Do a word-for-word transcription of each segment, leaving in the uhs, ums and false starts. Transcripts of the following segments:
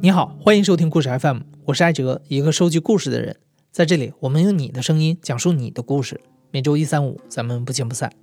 你好，欢迎收听故事 F M， 我是艾哲，一个收集故事的人。在这里，我们用你的声音讲述你的故事。每周一、三、五，咱们不见不散。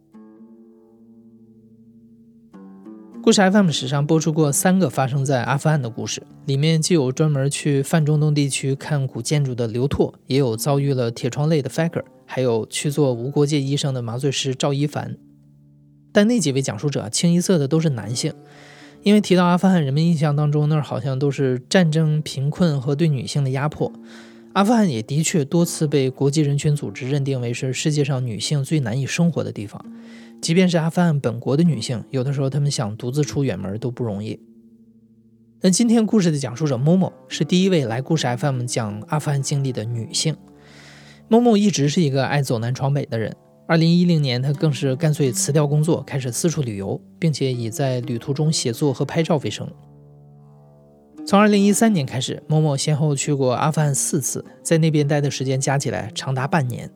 故事 F M 史上播出过三个发生在阿富汗的故事，里面既有专门去泛中东地区看古建筑的刘拓，也有遭遇了铁窗泪的 Faker， 还有去做无国界医生的麻醉师赵一凡。但那几位讲述者清一色的都是男性，因为提到阿富汗，人们印象当中那儿好像都是战争、贫困和对女性的压迫。阿富汗也的确多次被国际人权组织认定为是世界上女性最难以生活的地方，即便是阿富汗本国的女性，有的时候她们想独自出远门都不容易。那今天故事的讲述者 Momo 是第一位来故事 F M 讲阿富汗经历的女性。 Momo 一直是一个爱走南闯北的人，二零一零年她更是干脆辞掉工作，开始四处旅游，并且以在旅途中写作和拍照为生。从二零一三年开始， Momo 先后去过阿富汗四次，在那边待的时间加起来长达半年。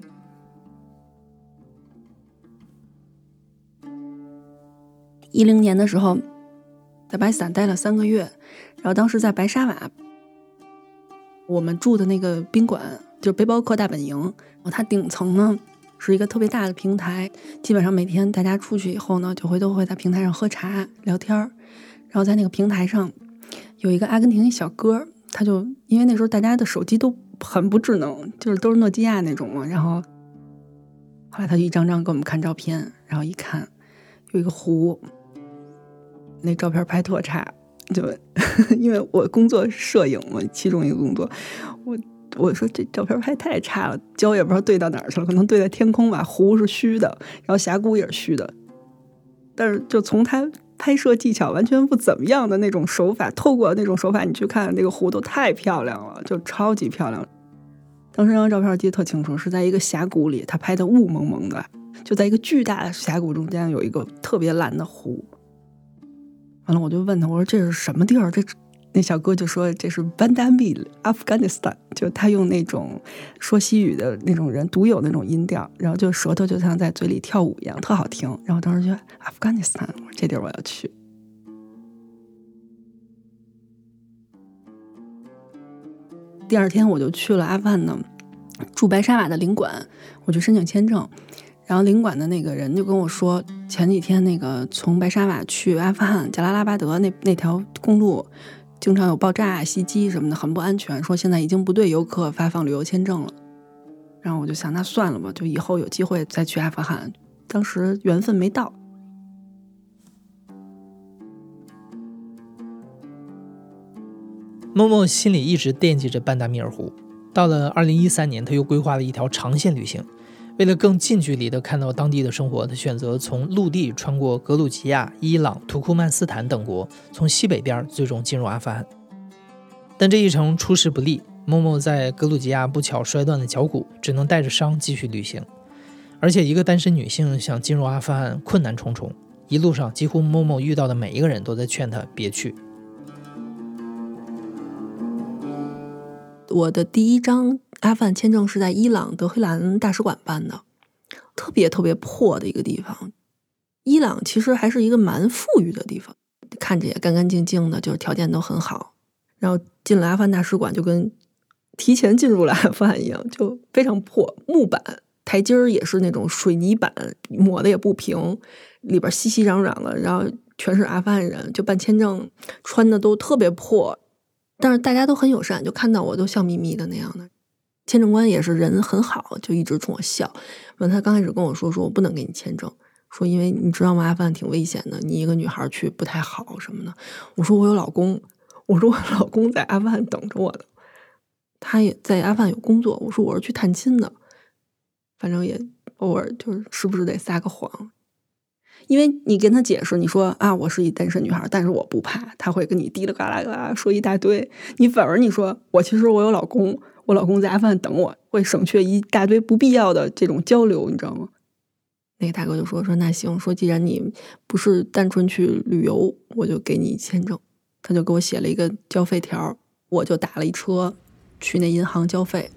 一零年的时候在巴基斯坦待了三个月，然后当时在白沙瓦，我们住的那个宾馆就是背包客大本营，然后它顶层呢是一个特别大的平台，基本上每天大家出去以后呢就会都会在平台上喝茶聊天，然后在那个平台上有一个阿根廷一小哥，他就因为那时候大家的手机都很不智能，就是都是诺基亚那种嘛，然后后来他就一张张给我们看照片，然后一看有一个湖，那照片拍特差，就因为我工作摄影嘛，其中一个工作，我我说这照片拍太差了，焦也不知道对到哪儿去了，可能对在天空吧，湖是虚的，然后峡谷也是虚的，但是就从他拍摄技巧完全不怎么样的那种手法，透过那种手法你去看那个湖都太漂亮了，就超级漂亮。当时那张照片记得特清楚，是在一个峡谷里，他拍的雾蒙蒙的，就在一个巨大的峡谷中间有一个特别蓝的湖。完了我就问他，我说这是什么地儿？这那小哥就说这是 Bandami Afghanistan， 就他用那种说西语的那种人独有的那种音调，然后就舌头就像在嘴里跳舞一样，特好听。然后当时就 Afghanistan， 我说这地儿我要去。第二天我就去了阿富汗呢，住白沙瓦的领馆，我去申请签证。然后领馆的那个人就跟我说，前几天那个从白沙瓦去阿富汗贾拉拉巴德那那条公路经常有爆炸、袭击什么的，很不安全，说现在已经不对游客发放旅游签证了。然后我就想那算了吧，就以后有机会再去阿富汗，当时缘分没到。 默默心里一直惦记着班达米尔湖，到了二零一三年，他又规划了一条长线旅行。为了更近距离地看到当地的生活，他选择从陆地穿过格鲁吉亚、伊朗、土库曼斯坦等国，从西北边最终进入阿富汗。但这一程出师不利，默默在格鲁吉亚不巧摔断了脚骨，只能带着伤继续旅行。而且一个单身女性想进入阿富汗困难重重，一路上几乎默默遇到的每一个人都在劝她别去。 我的第一张阿富汗签证是在伊朗德黑兰大使馆办的，特别特别破的一个地方。伊朗其实还是一个蛮富裕的地方，看着也干干净净的，就是条件都很好。然后进了阿富汗大使馆，就跟提前进入了阿富汗一样，就非常破，木板台阶儿也是那种水泥板，抹的也不平，里边熙熙攘攘的，然后全是阿富汗人，就办签证穿的都特别破。但是大家都很友善，就看到我都笑眯眯的那样的。签证官也是人很好，就一直冲我笑。完他刚开始跟我说说我不能给你签证，说因为你知道吗，阿富汗挺危险的，你一个女孩去不太好什么的。我说我有老公，我说我老公在阿富汗等着我的，他也在阿富汗有工作。我说我是去探亲的，反正也偶尔就是时不时得撒个谎。因为你跟他解释，你说啊，我是一单身女孩，但是我不怕，他会跟你嘀哩嘎啦嘎啦说一大堆。你反而你说我其实我有老公，我老公在阿富汗等我，会省却一大堆不必要的这种交流，你知道吗？那个大哥就说说那行，说既然你不是单纯去旅游，我就给你签证。他就给我写了一个交费条，我就打了一车去那银行交费。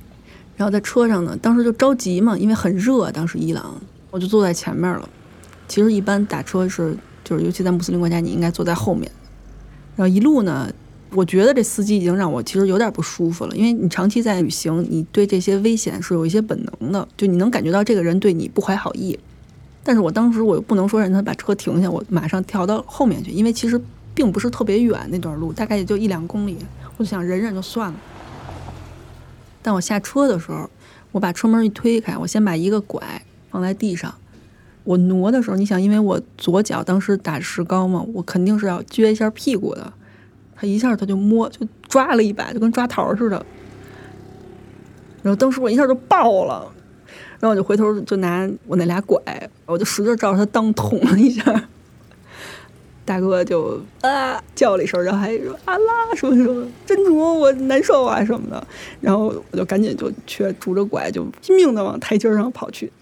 然后在车上呢，当时就着急嘛，因为很热，当时伊朗，我就坐在前面了。 其实一般打车是就是尤其在穆斯林国家你应该坐在后面，然后一路呢我觉得这司机已经让我其实有点不舒服了，因为你长期在旅行，你对这些危险是有一些本能的，就你能感觉到这个人对你不怀好意。但是我当时我又不能说让他把车停下，我马上跳到后面去，因为其实并不是特别远，那段路大概也就一两公里，我就想忍忍就算了。但我下车的时候，我把车门一推开，我先把一个拐放在地上，我挪的时候，你想因为我左脚当时打石膏嘛，我肯定是要撅一下屁股的，他一下他就摸就抓了一把，就跟抓桃似的，然后当时我一下就爆了，然后我就回头就拿我那俩拐，我就使劲照着他裆捅了一下，大哥就啊叫了一声，然后还说啊啦什么什么真主我难受啊什么的，然后我就赶紧就去拄着拐就拼命的往台阶上跑去。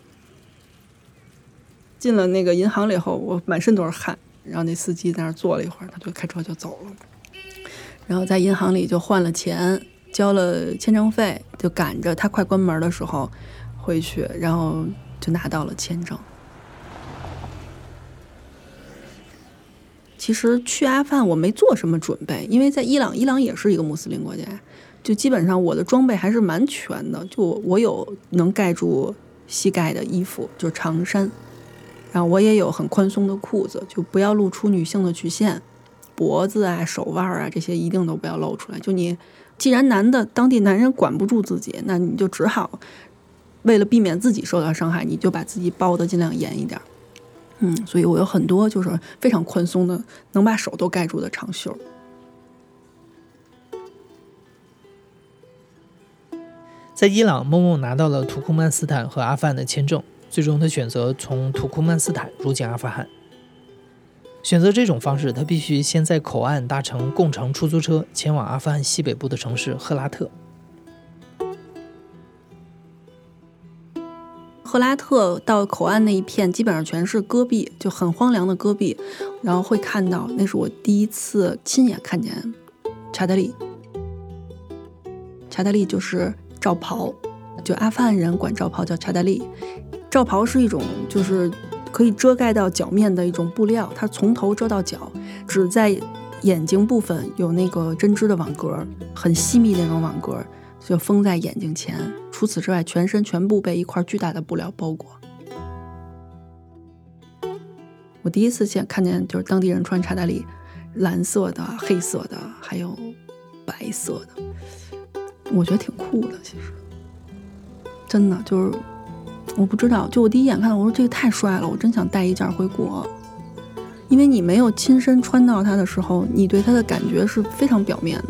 进了那个银行里后，我满身都是汗，然后那司机在那儿坐了一会儿，他就开车就走了。然后在银行里就换了钱，交了签证费，就赶着他快关门的时候回去，然后就拿到了签证。其实去阿富汗我没做什么准备，因为在伊朗，伊朗也是一个穆斯林国家，就基本上我的装备还是蛮全的，就我有能盖住膝盖的衣服，就是长衫，然后我也有很宽松的裤子，就不要露出女性的曲线，脖子啊、手腕啊这些一定都不要露出来。就你既然男的当地男人管不住自己，那你就只好为了避免自己受到伤害，你就把自己包得尽量严一点。嗯，所以我有很多就是非常宽松的，能把手都盖住的长袖。 在伊朗，梦梦拿到了土库曼斯坦和阿富汗的签证，最终他选择从土库曼斯坦入境阿富汗。选择这种方式，他必须先在口岸搭乘共乘出租车前往阿富汗西北部的城市赫拉特。 赫拉特到口岸那一片基本上全是戈壁，就很荒凉的戈壁，然后会看到，那是我第一次亲眼看见查德利。查德利就是罩袍，就阿富汗人管罩袍叫查德利。罩袍是一种就是可以遮盖到脚面的一种布料，它从头遮到脚，只在眼睛部分有那个针织的网格，很细密的那种网格，就封在眼睛前。除此之外，全身全部被一块巨大的布料包裹。我第一次见看见就是当地人穿查达利，蓝色的、黑色的，还有白色的，我觉得挺酷的。其实，真的就是我不知道，就我第一眼看到，我说这个太帅了，我真想带一件回国。因为你没有亲身穿到它的时候，你对它的感觉是非常表面的。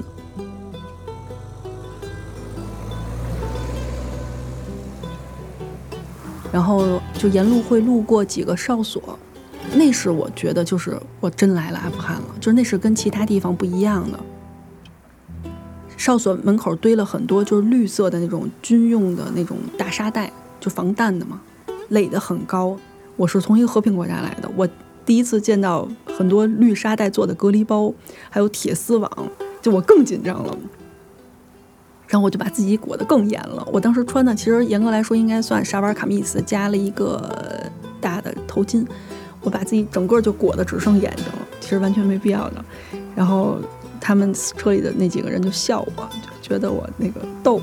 然后就沿路会路过几个哨所，那是我觉得就是我真来了阿富汗了，就是那是跟其他地方不一样的。哨所门口堆了很多就是绿色的那种军用的那种大沙袋，就防弹的嘛，垒得很高。我是从一个和平国家来的，我第一次见到很多绿沙袋做的隔离包，还有铁丝网，就我更紧张了。然后我就把自己裹得更严了。我当时穿的其实严格来说应该算沙瓦卡密斯加了一个大的头巾，我把自己整个就裹得只剩眼睛了，其实完全没必要的。然后他们车里的那几个人就笑我，就觉得我那个逗。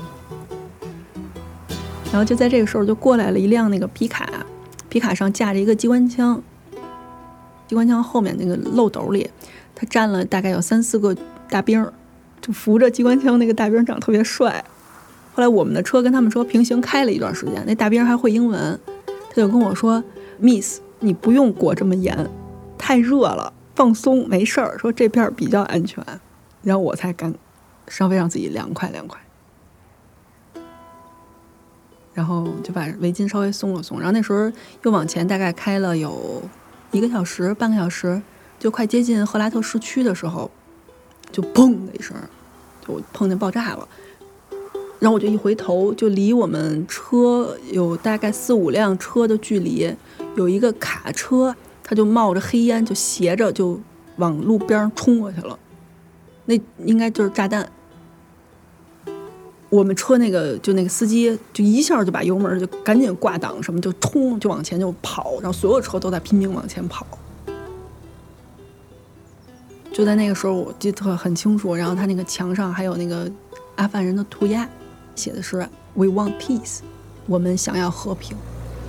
然后就在这个时候就过来了一辆那个皮卡，皮卡上架着一个机关枪，机关枪后面那个漏斗里他站了大概有三四个大兵，就扶着机关枪，那个大兵长得特别帅。后来我们的车跟他们车平行开了一段时间，那大兵还会英文，他就跟我说 Miss 你不用裹这么严，太热了，放松没事儿，说这片比较安全。然后我才敢稍微让自己凉快凉快，然后就把围巾稍微松了松。然后那时候又往前大概开了有一个小时半个小时，就快接近赫拉特市区的时候，就砰的一声，就碰见爆炸了。然后我就一回头，就离我们车有大概四五辆车的距离，有一个卡车，它就冒着黑烟，就斜着就往路边冲过去了。那应该就是炸弹。 我们车那个就那个司机就一下就把油门就赶紧挂档什么就冲就往前就跑，然后所有车都在拼命往前跑。就在那个时候我记得很清楚，然后他那个墙上还有那个阿富汗人的涂鸦，写的是 We want peace， 我们想要和平。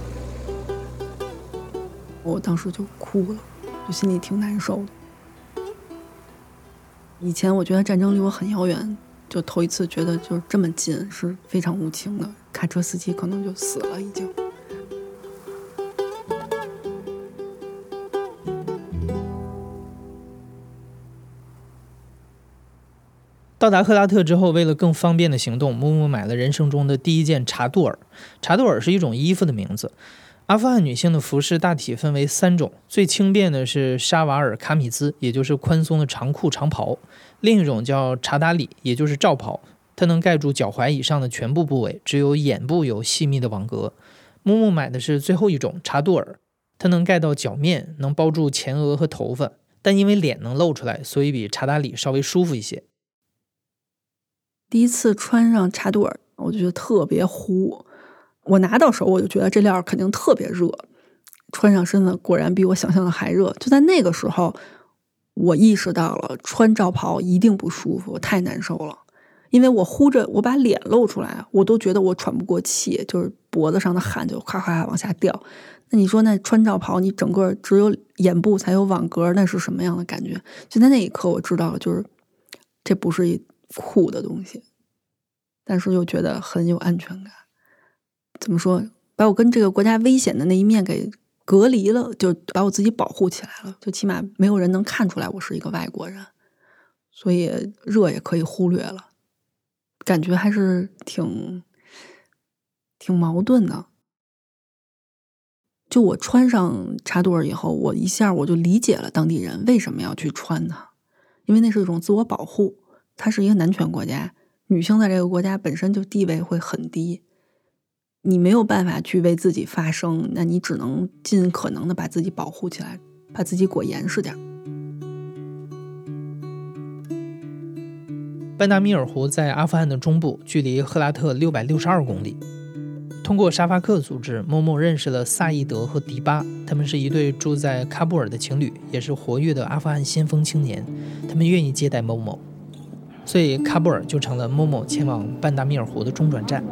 我当时就哭了，就心里挺难受的。以前我觉得战争离我很遥远，就头一次觉得就是这么近，是非常无情的。卡车司机可能就死了已经。 到达赫拉特之后，为了更方便的行动，木木买了人生中的第一件查杜尔。查杜尔是一种衣服的名字。阿富汗女性的服饰大体分为三种，最轻便的是沙瓦尔卡米兹，也就是宽松的长裤长袍；另一种叫查达里，也就是罩袍，它能盖住脚踝以上的全部部位，只有眼部有细密的网格。木木买的是最后一种查杜尔，它能盖到脚面，能包住前额和头发，但因为脸能露出来，所以比查达里稍微舒服一些。 第一次穿上查杜尔，我就觉得特别呼。我拿到手我就觉得这料肯定特别热，穿上身子果然比我想象的还热。就在那个时候，我意识到了穿罩袍一定不舒服，太难受了。因为我呼着，我把脸露出来，我都觉得我喘不过气，就是脖子上的汗就哗哗往下掉。那你说那穿罩袍，你整个只有眼部才有网格，那是什么样的感觉？就在那一刻我知道了，就是这不是一酷的东西，但是又觉得很有安全感。怎么说，把我跟这个国家危险的那一面给隔离了，就把我自己保护起来了，就起码没有人能看出来我是一个外国人，所以热也可以忽略了。感觉还是挺挺矛盾的。就我穿上查杜尔以后，我一下我就理解了当地人为什么要去穿它，因为那是一种自我保护。它是一个男权国家，女性在这个国家本身就地位会很低，你没有办法去为自己发声，那你只能尽可能的把自己保护起来，把自己裹严实点。 班达米尔湖在阿富汗的中部，距离赫拉特六百六十二公里。通过沙发克组织，默默认识了萨义德和迪巴，他们是一对住在喀布尔的情侣，也是活跃的阿富汗先锋青年。他们愿意接待某某，所以喀布尔就成了某某前往班达米尔湖的中转站。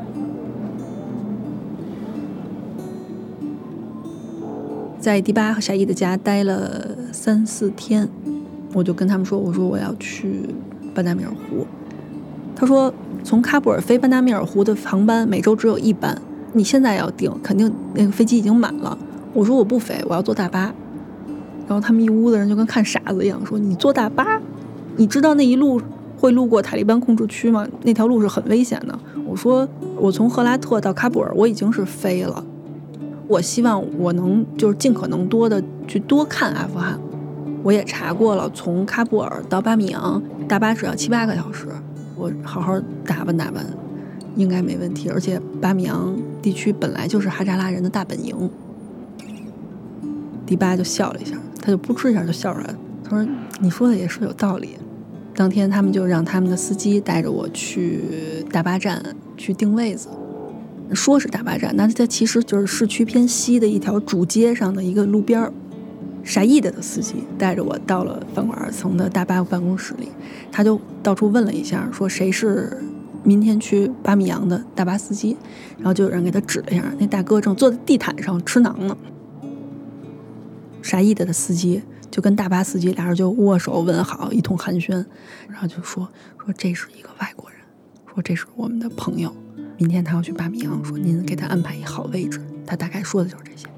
在迪巴和沙伊的家待了三四天，我就跟他们说，我说我要去班达米尔湖。他说从喀布尔飞班达米尔湖的航班每周只有一班，你现在要订肯定那个飞机已经满了。我说我不飞，我要坐大巴。然后他们一屋子人就跟看傻子一样，说你坐大巴，你知道那一路会路过塔利班控制区吗？那条路是很危险的。我说我从赫拉特到喀布尔我已经是飞了，我希望我能就是尽可能多的去多看阿富汗。我也查过了，从喀布尔到巴米扬大巴只要七八个小时，我好好打扮打扮应该没问题。而且巴米扬地区本来就是哈扎拉人的大本营。迪巴就笑了一下，他就噗嗤一下就笑出来了，他说你说的也是有道理。当天他们就让他们的司机带着我去大巴站去定位子，说是大巴站，那它其实就是市区偏西的一条主街上的一个路边。沙伊德的司机带着我到了饭馆层的大巴办公室里，他就到处问了一下，说谁是明天去巴米扬的大巴司机，然后就有人给他指了一下，那大哥正坐在地毯上吃馕呢。沙伊德的司机就跟大巴司机俩人就握手问好，一通寒暄，然后就说说这是一个外国人，说这是我们的朋友，明天他要去巴米扬，说您给他安排一好位置。他大概说的就是这些。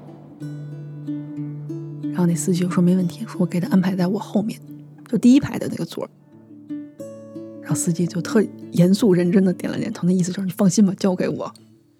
然后那司机就说没问题，说我给他安排在我后面，就第一排的那个座。然后司机就特严肃认真的点了点头，那意思就是你放心吧，交给我。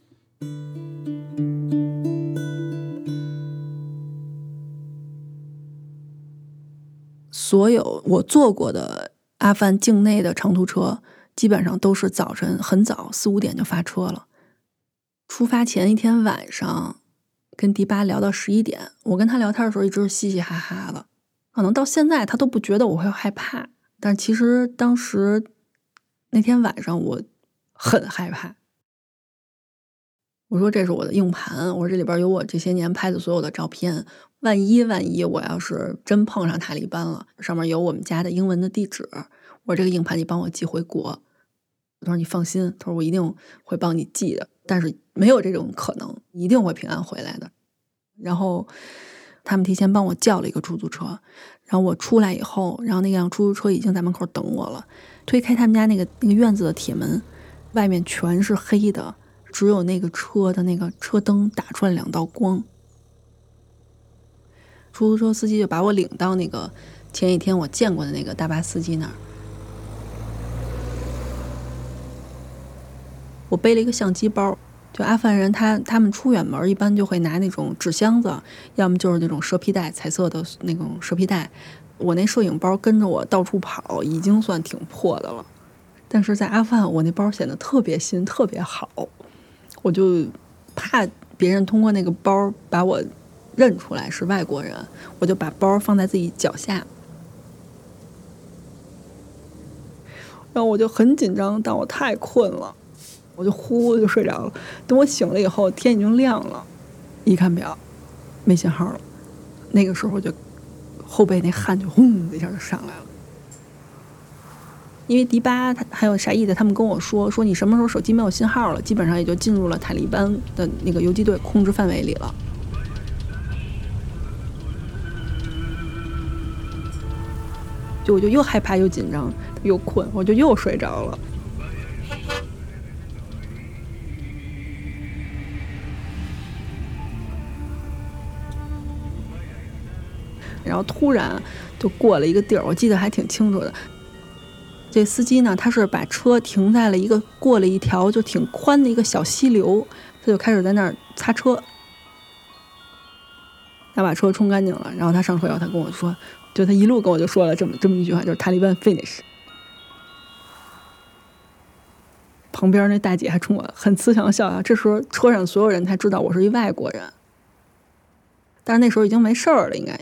所有我坐过的阿富汗境内的长途车基本上都是早晨很早四五点就发车了。出发前一天晚上跟迪巴聊到十一点，我跟他聊天的时候一直是嘻嘻哈哈的，可能到现在他都不觉得我会害怕，但其实当时那天晚上我很害怕。我说这是我的硬盘，我说这里边有我这些年拍的所有的照片，万一万一我要是真碰上塔利班了，上面有我们家的英文的地址，我说这个硬盘你帮我寄回国。他说你放心，他说我一定会帮你寄的，但是没有这种可能，一定会平安回来的。然后他们提前帮我叫了一个出租车，然后我出来以后，然后那辆出租车已经在门口等我了，推开他们家那个那个院子的铁门，外面全是黑的，只有那个车的那个车灯打出来两道光。出租车司机就把我领到那个前几天我见过的那个大巴司机那儿。我背了一个相机包，就阿富汗人他他们出远门一般就会拿那种纸箱子，要么就是那种蛇皮袋，彩色的那种蛇皮袋。我那摄影包跟着我到处跑，已经算挺破的了，但是在阿富汗我那包显得特别新特别好，我就怕别人通过那个包把我认出来是外国人，我就把包放在自己脚下，然后我就很紧张，但我太困了，我就呼就睡着了。等我醒了以后，天已经亮了，一看表，没信号了。那个时候就后背那汗就轰的一下就上来了。因为迪巴他还有沙伊的他们跟我说说你什么时候手机没有信号了，基本上也就进入了塔利班的那个游击队控制范围里了。就我就又害怕又紧张又困，我就又睡着了。然后突然就过了一个地儿，我记得还挺清楚的。这司机呢，他是把车停在了一个过了一条就挺宽的一个小溪流，他就开始在那儿擦车。他把车冲干净了，然后他上车以后，他跟我说，就他一路跟我就说了这么这么一句话，就是塔利班 finish。旁边那大姐还冲我很慈祥的笑啊。这时候车上所有人才知道我是一外国人，但是那时候已经没事儿了，应该。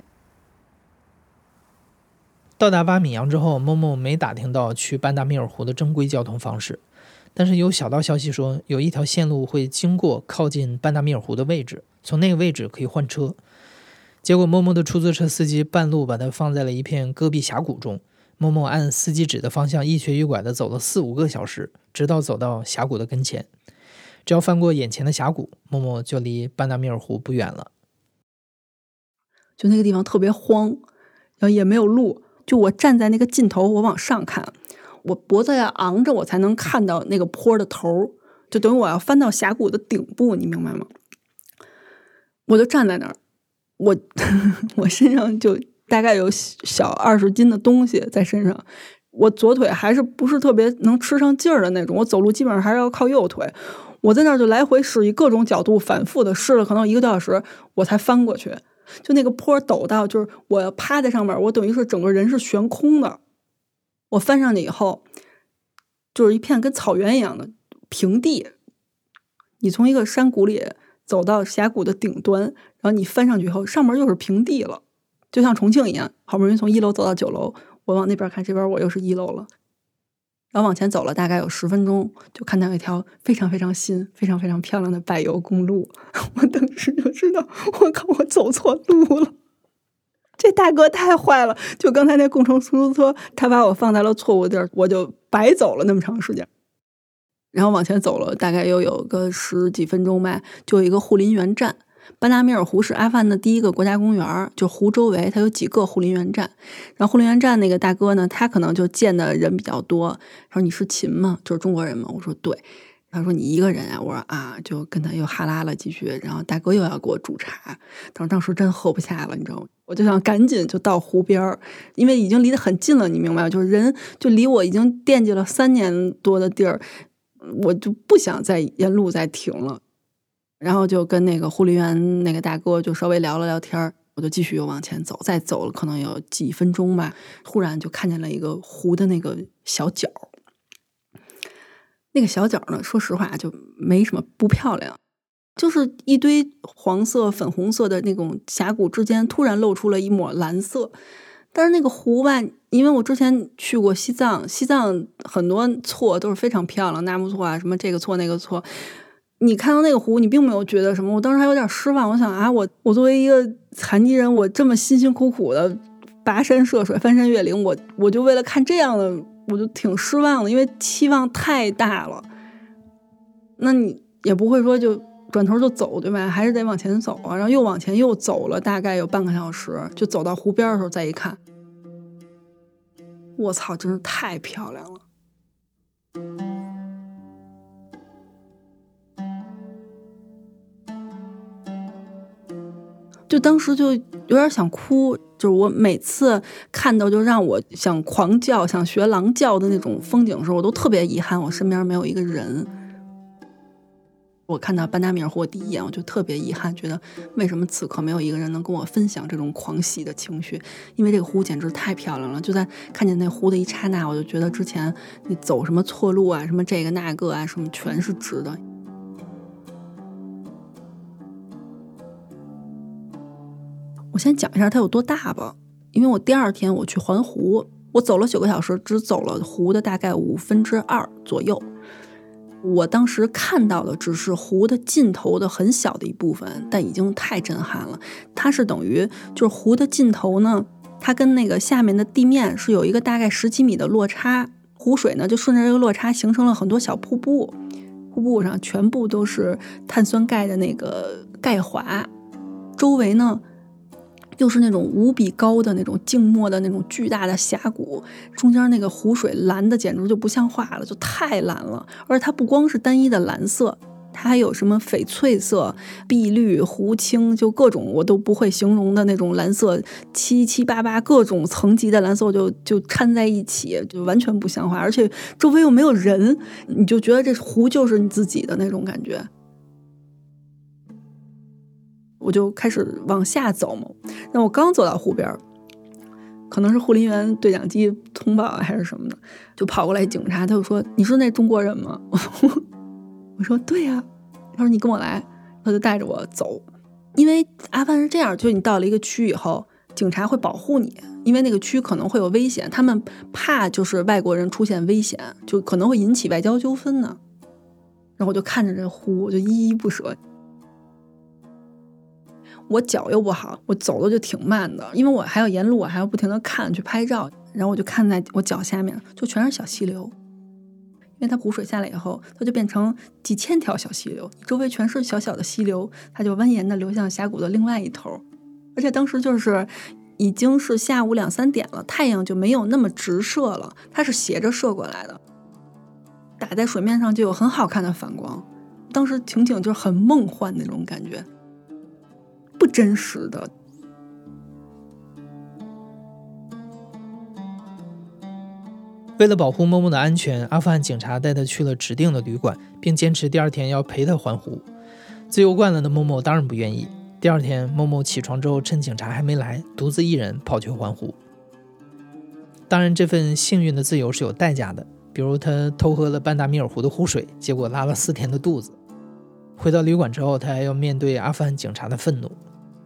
到达巴米扬之后，默默没打听到去班达米尔湖的正规交通方式，但是有小道消息说有一条线路会经过靠近班达米尔湖的位置，从那个位置可以换车。结果默默的出租车司机半路把它放在了一片戈壁峡谷中，默默按司机指的方向一瘸一拐的走了四五个小时，直到走到峡谷的跟前。只要翻过眼前的峡谷，默默就离班达米尔湖不远了。 就那个地方特别荒，然后也没有路，就我站在那个尽头，我往上看，我脖子要昂着我才能看到那个坡的头，就等于我要翻到峡谷的顶部，你明白吗？我就站在那儿，我我身上就大概有小二十斤的东西在身上，我左腿还是不是特别能吃上劲儿的那种，我走路基本上还是要靠右腿。我在那儿就来回试，以各种角度反复的试了可能一个多小时，我才翻过去。就那个坡陡到就是我要趴在上面，我等于是整个人是悬空的。我翻上去以后就是一片跟草原一样的平地，你从一个山谷里走到峡谷的顶端，然后你翻上去以后上面又是平地了，就像重庆一样，好不容易从一楼走到九楼，我往那边看，这边我又是一楼了。然后往前走了大概有十分钟，就看到一条非常非常新非常非常漂亮的柏油公路。我当时就知道我靠，我走错路了，这大哥太坏了，就刚才那共乘出租车他把我放在了错误地儿，我就白走了那么长时间。然后往前走了大概又有个十几分钟吧，就有一个护林员站。班达米尔湖是阿富汗的第一个国家公园，就湖周围它有几个护林员站。然后护林员站那个大哥呢，他可能就见的人比较多，他说你是秦吗？就是中国人吗？我说对。他说你一个人啊？我说啊，就跟他又哈拉了几句，然后大哥又要给我煮茶。当时当时真喝不下了，你知道吗？我就想赶紧就到湖边，因为已经离得很近了，你明白吗？就是人就离我已经惦记了三年多的地儿，我就不想再沿路再停了。然后就跟那个护林员那个大哥就稍微聊了聊天，我就继续又往前走，再走了可能有几分钟吧，忽然就看见了一个湖的那个小角。那个小角呢，说实话就没什么不漂亮，就是一堆黄色粉红色的那种峡谷之间突然露出了一抹蓝色， 但是那个湖吧，因为我之前去过西藏，西藏很多错都是非常漂亮，纳木错啊，什么这个错那个错，你看到那个湖，你并没有觉得什么。我当时还有点失望，我想啊，我我作为一个残疾人，我这么辛辛苦苦的跋山涉水、翻山越岭，我我就为了看这样的，我就挺失望的，因为期望太大了。那你也不会说就转头就走，对吧？还是得往前走啊，然后又往前又走了大概有半个小时，就走到湖边的时候再一看，我操，真是太漂亮了。就当时就有点想哭，就是我每次看到就让我想狂叫、想学狼叫的那种风景的时候，我都特别遗憾我身边没有一个人。我看到班达米尔湖第一眼，我就特别遗憾，觉得为什么此刻没有一个人能跟我分享这种狂喜的情绪？因为这个湖简直太漂亮了，就在看见那湖的一刹那，我就觉得之前你走什么错路啊，什么这个那个啊，什么全是值的。我先讲一下它有多大吧，因为我第二天我去环湖，我走了九个小时，只走了湖的大概五分之二左右。我当时看到的只是湖的尽头的很小的一部分，但已经太震撼了。它是等于就是湖的尽头呢，它跟那个下面的地面是有一个大概十几米的落差，湖水呢就顺着这个落差形成了很多小瀑布，瀑布上全部都是碳酸钙的那个钙华，周围呢又是那种无比高的那种静默的那种巨大的峡谷，中间那个湖水蓝的简直就不像话了，就太蓝了。而它不光是单一的蓝色，它还有什么翡翠色、碧绿、湖青，就各种我都不会形容的那种蓝色，七七八八各种层级的蓝色就就掺在一起，就完全不像话。而且周围又没有人，你就觉得这湖就是你自己的那种感觉。我就开始往下走嘛，那我刚走到湖边，可能是护林员对讲机通报还是什么的，就跑过来警察，他就说：“你是那中国人吗？”我说：“对呀。”他说：“你跟我来。”他就带着我走，因为阿富汗是这样，就是你到了一个区以后，警察会保护你，因为那个区可能会有危险，他们怕就是外国人出现危险，就可能会引起外交纠纷呢。然后我就看着这湖，我就依依不舍。我脚又不好，我走的就挺慢的，因为我还要沿路，我还要不停的看去拍照，然后我就看在我脚下面就全是小溪流，因为它湖水下来以后，它就变成几千条小溪流，周围全是小小的溪流，它就蜿蜒的流向峡谷的另外一头。而且当时就是已经是下午两三点了，太阳就没有那么直射了，它是斜着射过来的，打在水面上就有很好看的反光，当时情景就是很梦幻那种感觉，不真实的。 为了保护默默的安全，阿富汗警察带他去了指定的旅馆，并坚持第二天要陪他环湖。自由惯了的默默当然不愿意。第二天，默默起床之后，趁警察还没来，独自一人跑去环湖。当然，这份幸运的自由是有代价的，比如他偷喝了班达米尔湖的湖水，结果拉了四天的肚子。回到旅馆之后，他还要面对阿富汗警察的愤怒。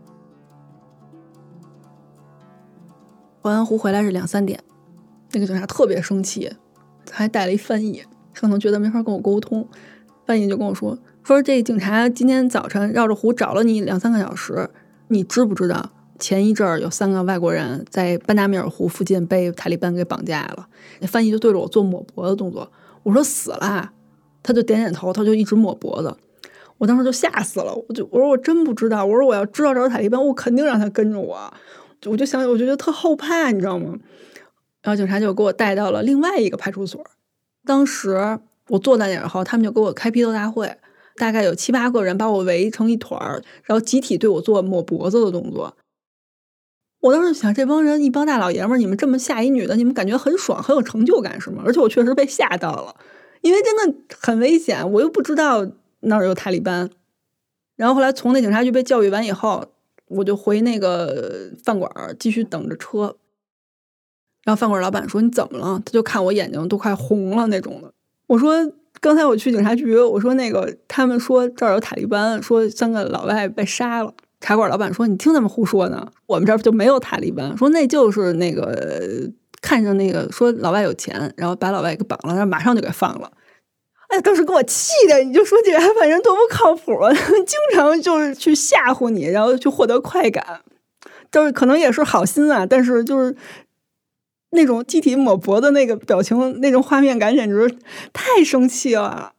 环完湖回来是两三点，那个警察特别生气，他还带了一翻译，可能觉得没法跟我沟通，翻译就跟我说说这警察今天早晨绕着湖找了你两三个小时，你知不知道前一阵儿有三个外国人在班达米尔湖附近被塔利班给绑架了？那翻译就对着我做抹脖子动作，我说死了，他就点点头，他就一直抹脖子。我当时就吓死了，我就我说我真不知道，我说我要知道这是塔利班，我肯定让他跟着我。我就想，我就觉得特后怕，你知道吗？然后警察就给我带到了另外一个派出所。当时我坐在那儿后，他们就给我开批斗大会，大概有七八个人把我围成一团儿，然后集体对我做抹脖子的动作。我当时想，这帮人一帮大老爷们儿，你们这么吓一女的，你们感觉很爽，很有成就感是吗？而且我确实被吓到了，因为真的很危险，我又不知道那儿有塔利班。然后后来从那警察局被教育完以后，我就回那个饭馆继续等着车。然后饭馆老板说你怎么了？他就看我眼睛都快红了那种的。我说刚才我去警察局，我说那个他们说这儿有塔利班，说三个老外被杀了。 茶馆老板说：“你听他们胡说呢，我们这儿就没有塔利班。”说那就是那个看上那个说老外有钱，然后把老外给绑了，然后马上就给放了。哎，当时给我气的，你就说这个阿富汗人多不靠谱啊！经常就是去吓唬你，然后去获得快感，就是可能也是好心啊，但是就是那种集体抹脖的那个表情，那种画面感，简直太生气了。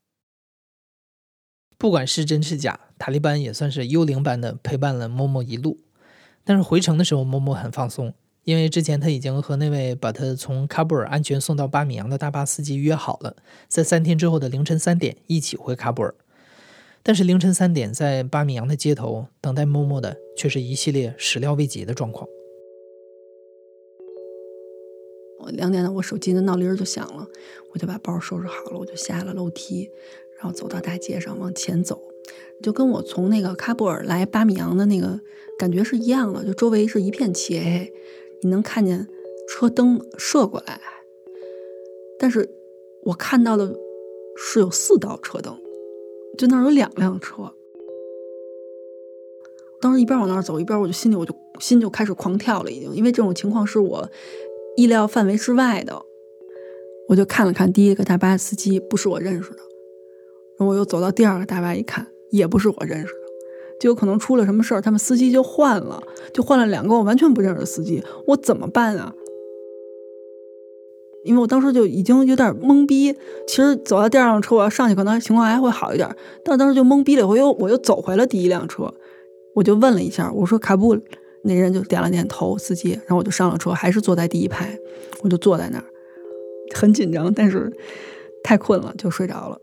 不管是真是假，塔利班也算是幽灵般的陪伴了默默一路。但是回程的时候，默默很放松，因为之前他已经和那位把他从喀布尔安全送到巴米扬的大巴司机约好了，在三天之后的凌晨三点一起回喀布尔。但是凌晨三点在巴米扬的街头等待默默的却是一系列始料未及的状况。 我两点了，我手机的闹铃就响了，我就把包收拾好了，我就下了楼梯，然后走到大街上往前走，就跟我从那个喀布尔来巴米扬的那个感觉是一样的，就周围是一片漆黑，你能看见车灯射过来，但是我看到的是有四道车灯，就那儿有两辆车。当时一边往那儿走，一边我就心里我就心就开始狂跳了，已经，因为这种情况是我意料范围之外的。我就看了看第一个大巴司机，不是我认识的，然后我又走到第二个大巴一看，也不是我认识的，就有可能出了什么事儿，他们司机就换了，就换了两个我完全不认识的司机，我怎么办啊？因为我当时就已经有点懵逼，其实走到第二辆车我要上去可能情况还会好一点，但当时就懵逼了，我又我又走回了第一辆车，我就问了一下，我说喀布，那人就点了点头，司机，然后我就上了车，还是坐在第一排，我就坐在那儿，很紧张，但是太困了就睡着了。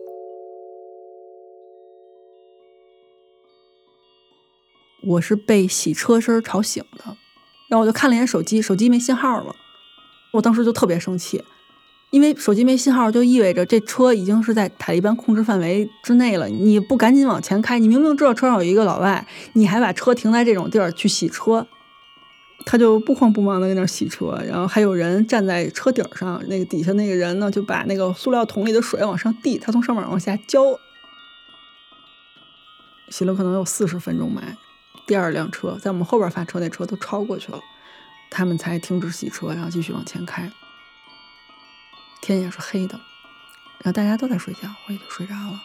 我是被洗车声吵醒的，然后我就看了一眼手机，手机没信号了，我当时就特别生气，因为手机没信号就意味着这车已经是在塔利班控制范围之内了，你不赶紧往前开，你明明知道车上有一个老外，你还把车停在这种地儿去洗车。他就不慌不忙的在那儿洗车，然后还有人站在车顶上，那个底下那个人呢就把那个塑料桶里的水往上递，他从上面往下浇，洗了可能有四十分钟吧。第二辆车在我们后边发车那车都超过去了，他们才停止洗车，然后继续往前开。天也是黑的，然后大家都在睡觉，我也就睡着了。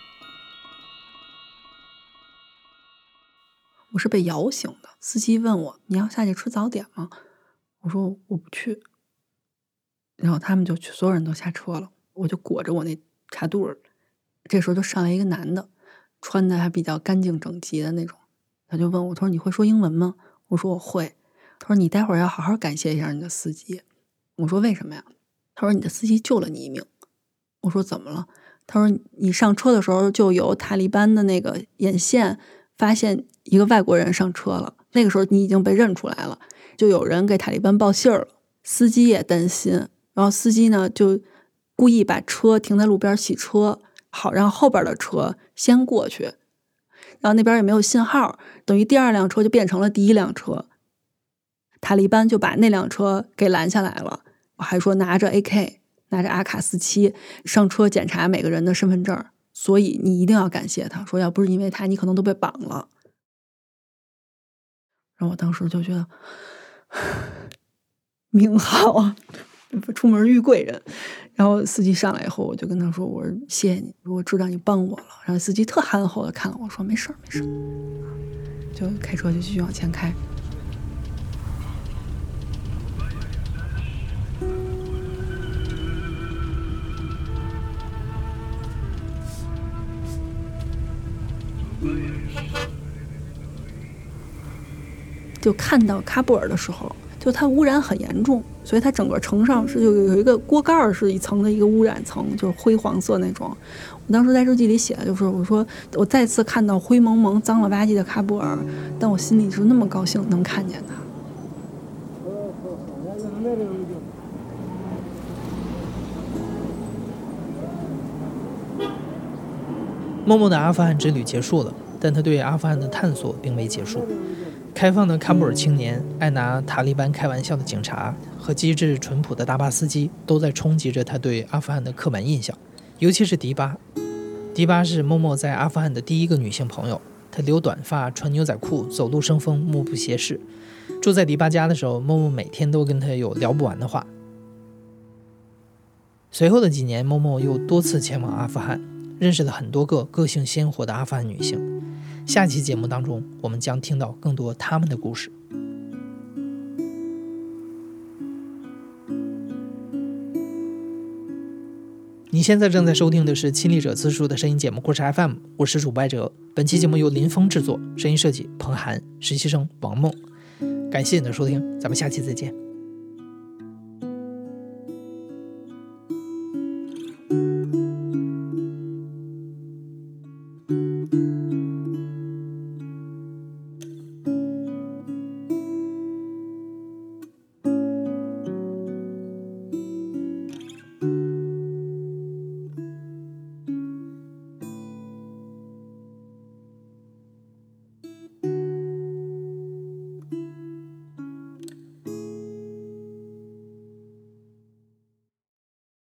我是被摇醒的，司机问我你要下去吃早点吗？我说我不去，然后他们就去，所有人都下车了，我就裹着我那茶肚儿。这时候就上来一个男的，穿的还比较干净整齐的那种，他就问我，他说你会说英文吗？我说我会。他说你待会儿要好好感谢一下你的司机。我说为什么呀？他说你的司机救了你一命。我说怎么了？他说你上车的时候就有塔利班的那个眼线发现一个外国人上车了，那个时候你已经被认出来了，就有人给塔利班报信儿了，司机也担心，然后司机呢就故意把车停在路边洗车，好让后边的车先过去，然后那边也没有信号，等于第二辆车就变成了第一辆车，塔利班就把那辆车给拦下来了，我还说拿着 A K 拿着阿卡四七上车检查每个人的身份证，所以你一定要感谢他，说要不是因为他你可能都被绑了。然后我当时就觉得命好啊，出门遇贵人。然后司机上来以后，我就跟他说，我说谢谢你，我知道你帮我了。然后司机特憨厚的看了我说没事儿没事儿，就开车就继续往前开。就看到喀布尔的时候，就它污染很严重，所以它整个城上是就有一个锅盖是一层的一个污染层，就是灰黄色那种。我当时在日记里写的就是我说我再次看到灰蒙蒙脏了吧唧的喀布尔，但我心里是那么高兴能看见它。 默默的阿富汗之旅结束了，但他对阿富汗的探索并没结束。开放的喀布尔青年、爱拿塔利班开玩笑的警察和机智淳朴的大巴司机都在冲击着他对阿富汗的刻板印象，尤其是迪巴。迪巴是默默在阿富汗的第一个女性朋友， 她留短发，穿牛仔裤，走路生风，目不斜视。住在迪巴家的时候，默默每天都跟她有聊不完的话。随后的几年，默默又多次前往阿富汗，认识了很多个个性鲜活的阿富汗女性。下期节目当中，我们将听到更多她们的故事。你现在正在收听的是亲历者自述的声音节目故事 F M， 我是主播艾哲。本期节目由林峰制作，声音设计彭涵，实习生王梦。感谢你的收听，咱们下期再见。